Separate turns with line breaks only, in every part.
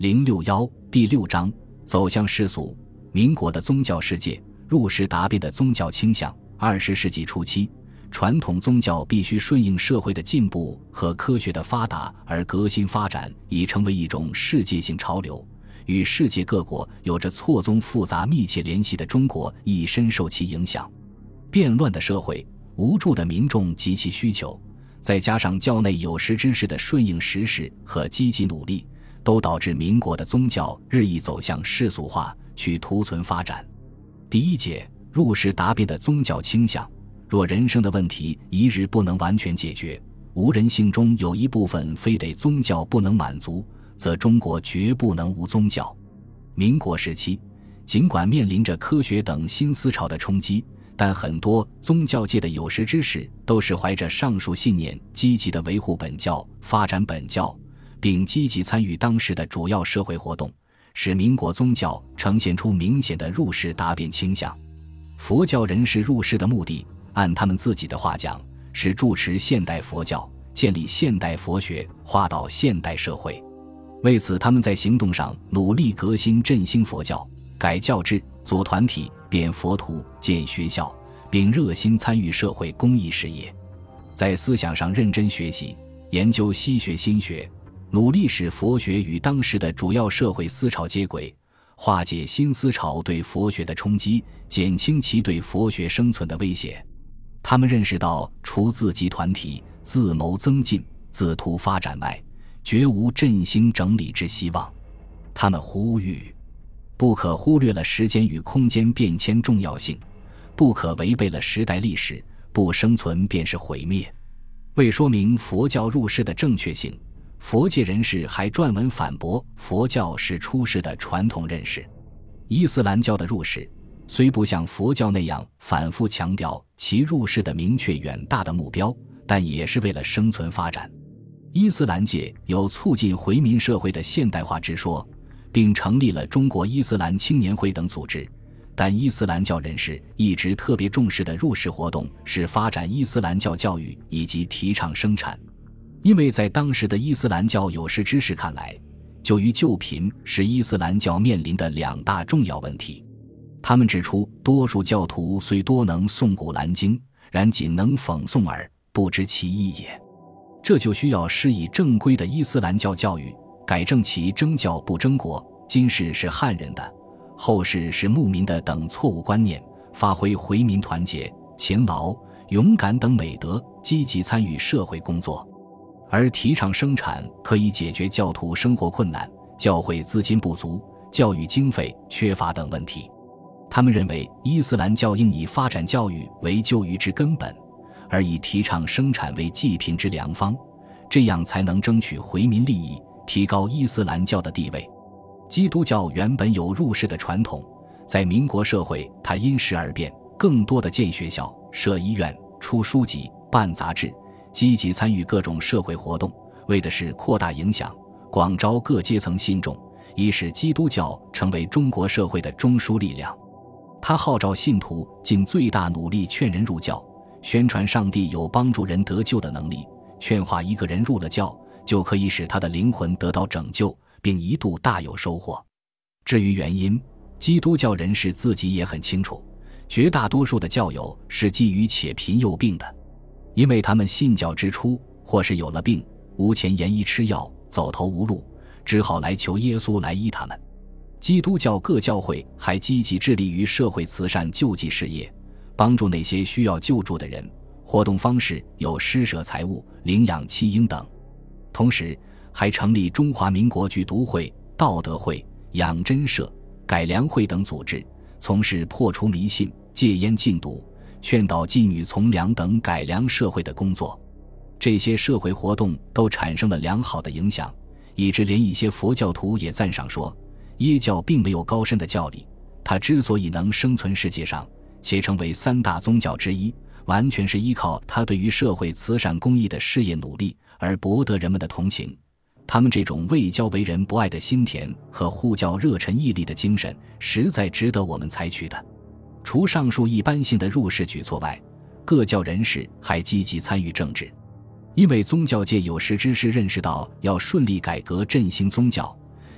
061第6章走向世俗，民国的宗教世界，入世达变的宗教倾向。20世纪初期，传统宗教必须顺应社会的进步和科学的发达而革新发展，已成为一种世界性潮流。与世界各国有着错综复杂密切联系的中国亦深受其影响。变乱的社会、无助的民众及其需求，再加上教内有识之士的顺应时势和积极努力，都导致民国的宗教日益走向世俗化，去图存发展。第一节，入世达变的宗教倾向。若人生的问题一日不能完全解决，无人性中有一部分非得宗教不能满足，则中国绝不能无宗教。民国时期，尽管面临着科学等新思潮的冲击，但很多宗教界的有识之士都是怀着上述信念，积极地维护本教、发展本教，并积极参与当时的主要社会活动，使民国宗教呈现出明显的入世达变倾向。佛教人士入世的目的，按他们自己的话讲，是主持现代佛教，建立现代佛学，化导现代社会。为此，他们在行动上努力革新振兴佛教，改教制，组团体，编佛图，建学校，并热心参与社会公益事业。在思想上认真学习，研究西学新学，努力使佛学与当时的主要社会思潮接轨，化解新思潮对佛学的冲击，减轻其对佛学生存的威胁。他们认识到，除自己团体自谋增进、自图发展外，绝无振兴整理之希望。他们呼吁，不可忽略了时间与空间变迁重要性，不可违背了时代历史，不生存便是毁灭。为说明佛教入世的正确性，佛界人士还撰文反驳佛教是出世的传统认识。伊斯兰教的入世，虽不像佛教那样反复强调其入世的明确远大的目标，但也是为了生存发展。伊斯兰界有促进回民社会的现代化之说，并成立了中国伊斯兰青年会等组织，但伊斯兰教人士一直特别重视的入世活动是发展伊斯兰教教育以及提倡生产。因为在当时的伊斯兰教有识之士看来，就医救贫是伊斯兰教面临的两大重要问题。他们指出，多数教徒虽多能诵古兰经，然仅能讽诵耳，不知其意也。这就需要施以正规的伊斯兰教教育，改正其征教不征国，今世是汉人的，后世是牧民的等错误观念，发挥回民团结、勤劳、勇敢等美德，积极参与社会工作。而提倡生产可以解决教徒生活困难、教会资金不足、教育经费缺乏等问题。他们认为，伊斯兰教应以发展教育为救育之根本，而以提倡生产为济贫之良方，这样才能争取回民利益，提高伊斯兰教的地位。基督教原本有入世的传统，在民国社会它因时而变，更多的建学校、设医院、出书籍、办杂志，积极参与各种社会活动，为的是扩大影响，广招各阶层信众，以使基督教成为中国社会的中枢力量。他号召信徒尽最大努力劝人入教，宣传上帝有帮助人得救的能力，劝化一个人入了教，就可以使他的灵魂得到拯救，并一度大有收获。至于原因，基督教人士自己也很清楚，绝大多数的教友是基于且贫又病的，因为他们信教之初，或是有了病，无钱延医吃药，走投无路，只好来求耶稣来医他们。基督教各教会还积极致力于社会慈善救济事业，帮助那些需要救助的人，活动方式有施舍财物、领养弃婴等。同时还成立中华民国剧毒会、道德会、养真社、改良会等组织，从事破除迷信、戒烟禁毒、劝导妓女从良等改良社会的工作。这些社会活动都产生了良好的影响，以致连一些佛教徒也赞赏说，耶教并没有高深的教理，它之所以能生存世界上，且成为三大宗教之一，完全是依靠它对于社会慈善公益的事业努力而博得人们的同情。他们这种为教为人不爱的心田和护教热忱毅力的精神，实在值得我们采取的。除上述一般性的入世举措外，各教人士还积极参与政治。因为宗教界有识之士认识到，要顺利改革振兴宗教，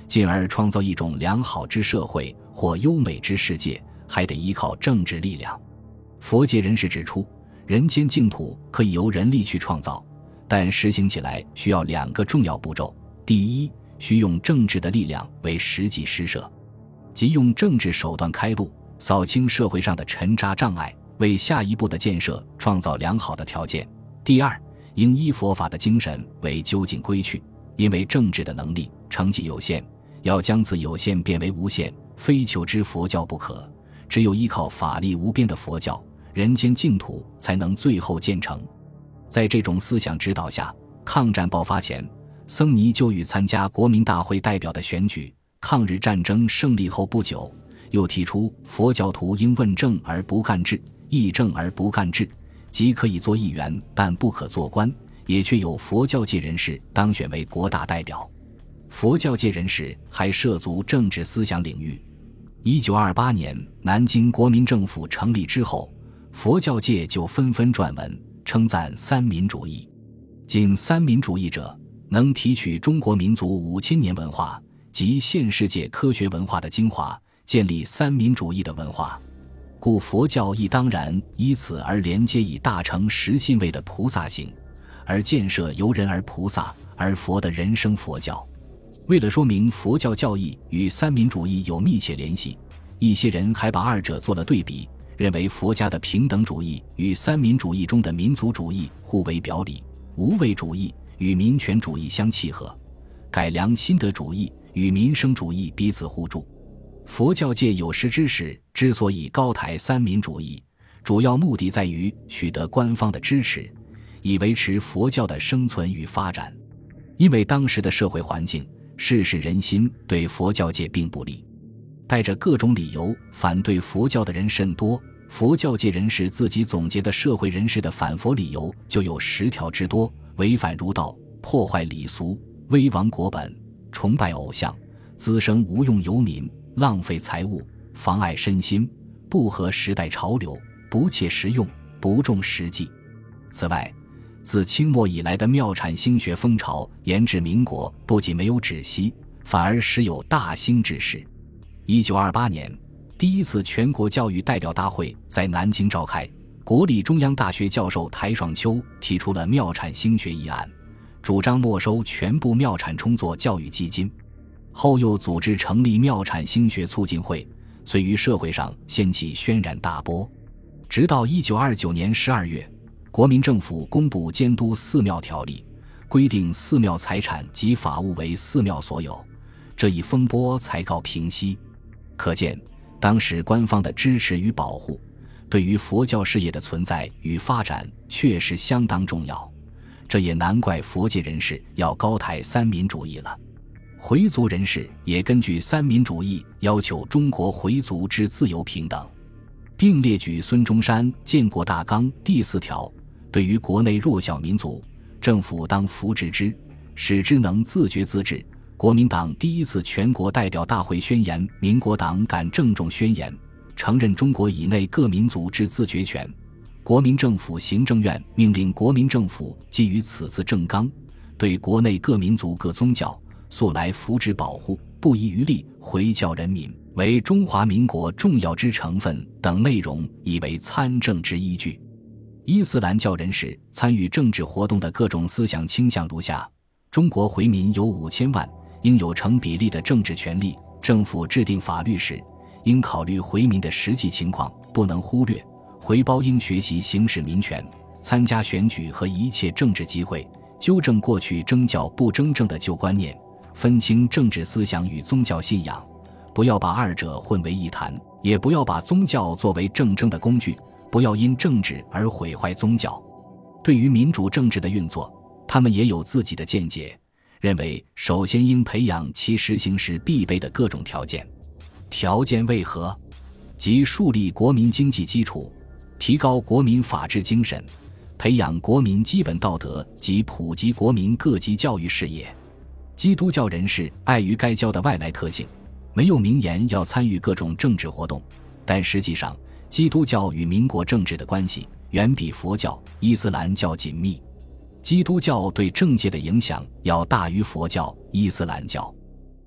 进而创造一种良好之社会或优美之世界，还得依靠政治力量。佛界人士指出，人间净土可以由人力去创造，但实行起来需要2个重要步骤。第一，需用政治的力量为实际施设，即用政治手段开路，扫清社会上的沉渣障碍，为下一步的建设创造良好的条件。第二，应依佛法的精神为究竟归去，因为政治的能力成绩有限，要将此有限变为无限，非求之佛教不可。只有依靠法力无边的佛教，人间净土才能最后建成。在这种思想指导下，抗战爆发前，僧尼就与参加国民大会代表的选举。抗日战争胜利后不久，又提出佛教徒应问政而不干治，议政而不干治，即可以做议员但不可做官，也确有佛教界人士当选为国大代表。佛教界人士还涉足政治思想领域。1928年南京国民政府成立之后，佛教界就纷纷撰文称赞三民主义。仅三民主义者，能提取中国民族5000年文化及现世界科学文化的精华，建立三民主义的文化。故佛教亦当然以此而连接以大乘实信位的菩萨行，而建设由人而菩萨而佛的人生佛教。为了说明佛教教义与三民主义有密切联系，一些人还把二者做了对比，认为佛家的平等主义与三民主义中的民族主义互为表里，无畏主义与民权主义相契合，改良新德主义与民生主义彼此互助。佛教界有识之士之所以高抬三民主义，主要目的在于取得官方的支持，以维持佛教的生存与发展。因为当时的社会环境、世事人心对佛教界并不利，带着各种理由反对佛教的人甚多，佛教界人士自己总结的社会人士的反佛理由就有10条之多：违反儒道，破坏礼俗，危亡国本，崇拜偶像，滋生无用游民，浪费财物，妨碍身心，不合时代潮流，不切实用，不重实际。此外，自清末以来的庙产兴学风潮延至民国，不仅没有止息，反而时有大兴之势。1928年，第一次全国教育代表大会在南京召开，国立中央大学教授台爽秋提出了庙产兴学议案，主张没收全部庙产充作教育基金。后又组织成立庙产兴学促进会，遂于社会上掀起轩然大波。直到1929年12月，国民政府公布监督寺庙条例，规定寺庙财产及法物为寺庙所有，这一风波才告平息。可见当时官方的支持与保护，对于佛教事业的存在与发展确实相当重要。这也难怪佛界人士要高抬三民主义了。回族人士也根据三民主义要求中国回族之自由平等，并列举孙中山建国大纲第4条，对于国内弱小民族，政府当扶植之，使之能自觉自治。国民党第1次全国代表大会宣言，民国党敢郑重宣言，承认中国以内各民族之自决权。国民政府行政院命令国民政府基于此次政纲，对国内各民族各宗教素来扶植保护，不遗余力回教人民为中华民国重要之成分等内容，以为参政之依据。伊斯兰教人士参与政治活动的各种思想倾向如下：中国回民有5000万，应有成比例的政治权利，政府制定法律时应考虑回民的实际情况，不能忽略。回胞应学习行使民权，参加选举和一切政治集会，纠正过去征教不征政的旧观念，分清政治思想与宗教信仰，不要把二者混为一谈，也不要把宗教作为政争的工具，不要因政治而毁坏宗教。对于民主政治的运作，他们也有自己的见解，认为首先应培养其实行时必备的各种条件。条件为何？即树立国民经济基础，提高国民法治精神，培养国民基本道德及普及国民各级教育事业。基督教人士碍于该教的外来特性，没有明言要参与各种政治活动，但实际上基督教与民国政治的关系远比佛教、伊斯兰教紧密。基督教对政界的影响要大于佛教、伊斯兰教。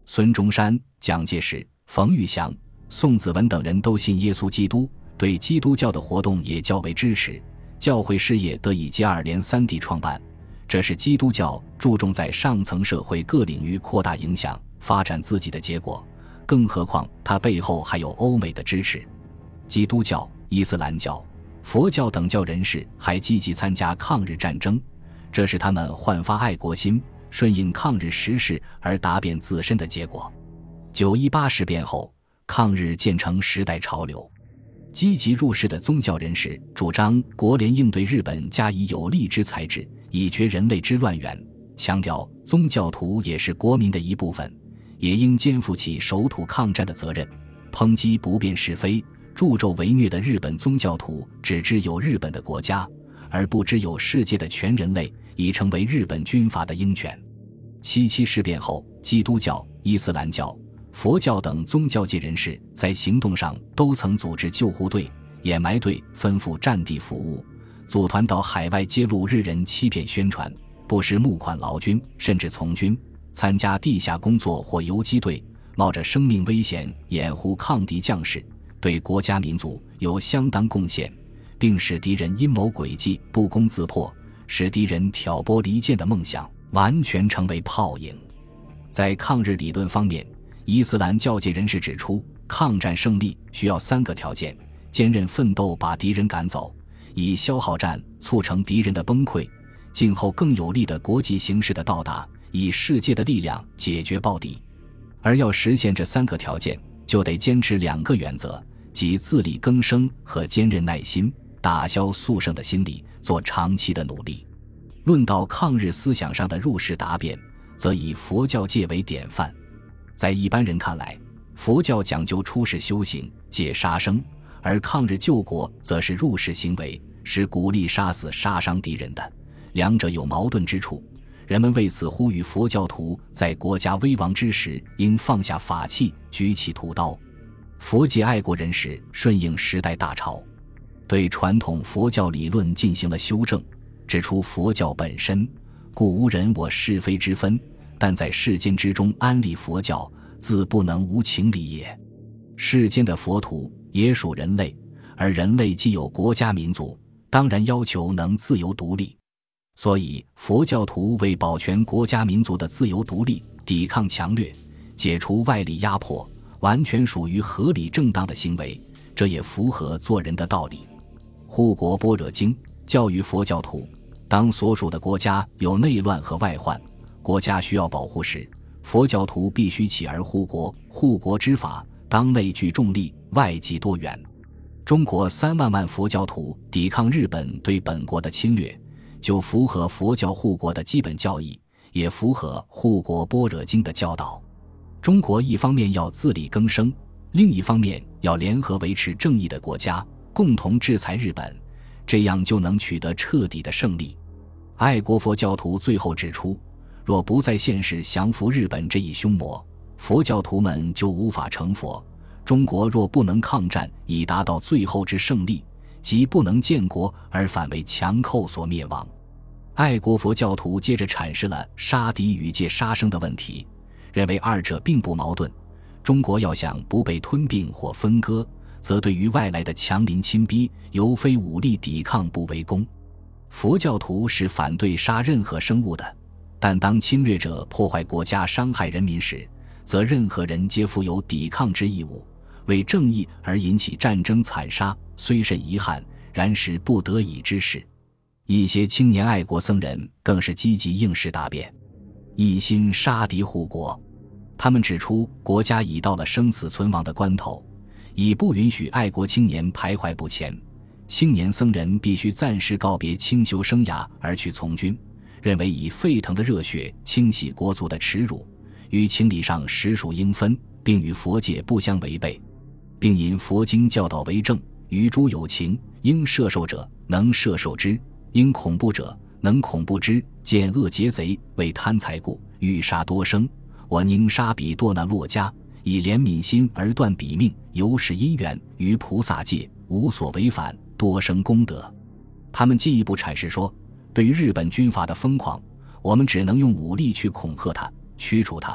孙中山、蒋介石、冯玉祥、宋子文等人都信耶稣基督，对基督教的活动也较为支持，教会事业得以接二连三地创办，这是基督教注重在上层社会各领域扩大影响、发展自己的结果，更何况它背后还有欧美的支持。基督教、伊斯兰教、佛教等教人士还积极参加抗日战争，这是他们焕发爱国心、顺应抗日时势而答辩自身的结果。9·18事变后，抗日渐成时代潮流。积极入世的宗教人士主张国联应对日本加以有力之才智，以绝人类之乱源，强调宗教徒也是国民的一部分，也应肩负起守土抗战的责任。抨击不辨是非、助纣为虐的日本宗教徒只知有日本的国家，而不知有世界的全人类，已成为日本军阀的鹰犬。7·7事变后，基督教、伊斯兰教、佛教等宗教界人士在行动上都曾组织救护队、掩埋队，吩咐战地服务，组团到海外揭露日人欺骗宣传，不时募款劳军，甚至从军，参加地下工作或游击队，冒着生命危险掩护抗敌将士，对国家民族有相当贡献，并使敌人阴谋诡计不攻自破，使敌人挑拨离间的梦想完全成为泡影。在抗日理论方面，伊斯兰教界人士指出，抗战胜利需要3个条件：坚韧奋斗把敌人赶走，以消耗战促成敌人的崩溃，今后更有利的国际形势的到达，以世界的力量解决暴敌。而要实现这3个条件，就得坚持2个原则，即自力更生和坚韧耐心，打消速胜的心理，做长期的努力。论到抗日思想上的入世答辩，则以佛教界为典范。在一般人看来，佛教讲究出世修行、戒杀生，而抗日救国则是入世行为，是鼓励杀死杀伤敌人的，两者有矛盾之处。人们为此呼吁佛教徒在国家危亡之时应放下法器，举起屠刀。佛界爱国人士顺应时代大潮，对传统佛教理论进行了修正，指出佛教本身故无人我是非之分，但在世间之中安立佛教，自不能无情理也。世间的佛徒也属人类，而人类既有国家民族，当然要求能自由独立。所以佛教徒为保全国家民族的自由独立，抵抗强掠，解除外力压迫，完全属于合理正当的行为，这也符合做人的道理。护国般若经教育佛教徒，当所属的国家有内乱和外患，国家需要保护时，佛教徒必须起而护国，护国之法当内聚重力，外济多元。中国3万佛教徒抵抗日本对本国的侵略，就符合佛教护国的基本教义，也符合护国般若经的教导。中国一方面要自力更生，另一方面要联合维持正义的国家，共同制裁日本，这样就能取得彻底的胜利。爱国佛教徒最后指出，若不在现世降服日本这一凶魔，佛教徒们就无法成佛。中国若不能抗战以达到最后之胜利，即不能建国而反为强寇所灭亡。爱国佛教徒接着阐释了杀敌与戒杀生的问题，认为二者并不矛盾。中国要想不被吞并或分割，则对于外来的强邻侵逼，犹非武力抵抗不为功。佛教徒是反对杀任何生物的，但当侵略者破坏国家、伤害人民时，则任何人皆负有抵抗之义务。为正义而引起战争惨杀，虽甚遗憾，然是不得已之事。一些青年爱国僧人更是积极应试答辩，一心杀敌护国。他们指出，国家已到了生死存亡的关头，已不允许爱国青年徘徊不前。青年僧人必须暂时告别清修生涯而去从军，认为以沸腾的热血清洗国族的耻辱，于情理上实属应分，并与佛界不相违背，并引佛经教导为证：于诸有情，应摄受者能摄受之，应恐怖者能恐怖之。见恶劫贼，为贪财故，欲杀多生，我宁杀彼多那洛迦，以怜悯心而断彼命，由是因缘，于菩萨界无所违反，多生功德。他们进一步阐释说，对于日本军阀的疯狂，我们只能用武力去恐吓他、驱除他，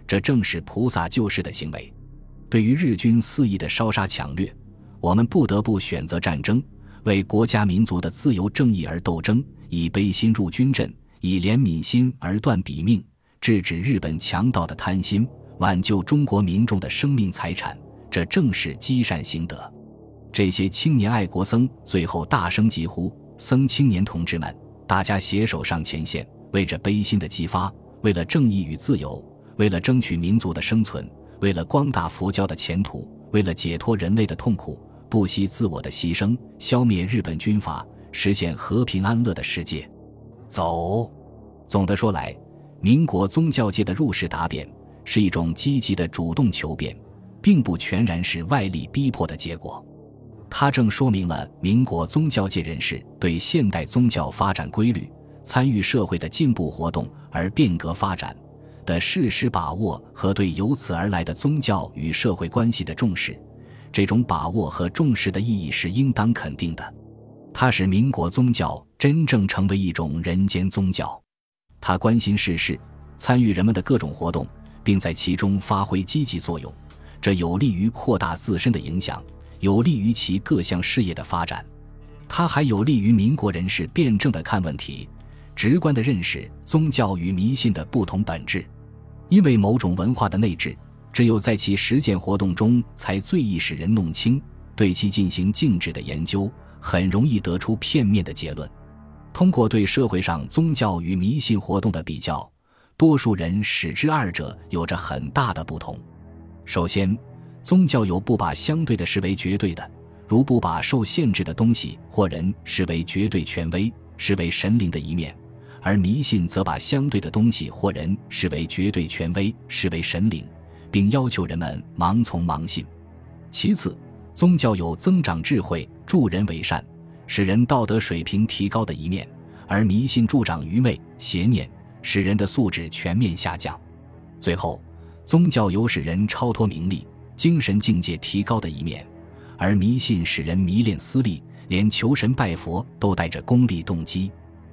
这正是菩萨救世的行为。对于日军肆意的烧杀抢掠，我们不得不选择战争，为国家民族的自由正义而斗争，以悲心入军阵，以怜悯心而断彼命，制止日本强盗的贪心，挽救中国民众的生命财产，这正是积善行德。这些青年爱国僧最后大声疾呼：僧青年同志们，大家携手上前线，为着悲心的激发，为了正义与自由，为了争取民族的生存，为了光大佛教的前途，为了解脱人类的痛苦，不惜自我的牺牲，消灭日本军阀，实现和平安乐的世界。走。总的说来，民国宗教界的入世答辩是一种积极的主动求变，并不全然是外力逼迫的结果。它正说明了民国宗教界人士对现代宗教发展规律、参与社会的进步活动而变革发展的事实把握和对由此而来的宗教与社会关系的重视。这种把握和重视的意义是应当肯定的。它使民国宗教真正成为一种人间宗教。它关心世事，参与人们的各种活动，并在其中发挥积极作用，这有利于扩大自身的影响，有利于其各项事业的发展。它还有利于民国人士辩证地看问题，直观地认识宗教与迷信的不同本质。因为某种文化的内质，只有在其实践活动中才最易使人弄清，对其进行静止的研究，很容易得出片面的结论。通过对社会上宗教与迷信活动的比较，多数人使之二者有着很大的不同。首先，宗教有不把相对的视为绝对的，如不把受限制的东西或人视为绝对权威，视为神灵的一面，而迷信则把相对的东西或人视为绝对权威，视为神灵，并要求人们盲从盲信。其次，宗教有增长智慧、助人为善，使人道德水平提高的一面，而迷信助长愚昧、邪念，使人的素质全面下降。最后，宗教有使人超脱名利、精神境界提高的一面，而迷信使人迷恋私利，连求神拜佛都带着功利动机。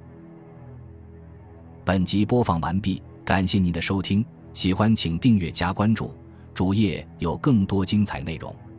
本集播放完毕，感谢您的收听，喜欢请订阅加关注，主页有更多精彩内容。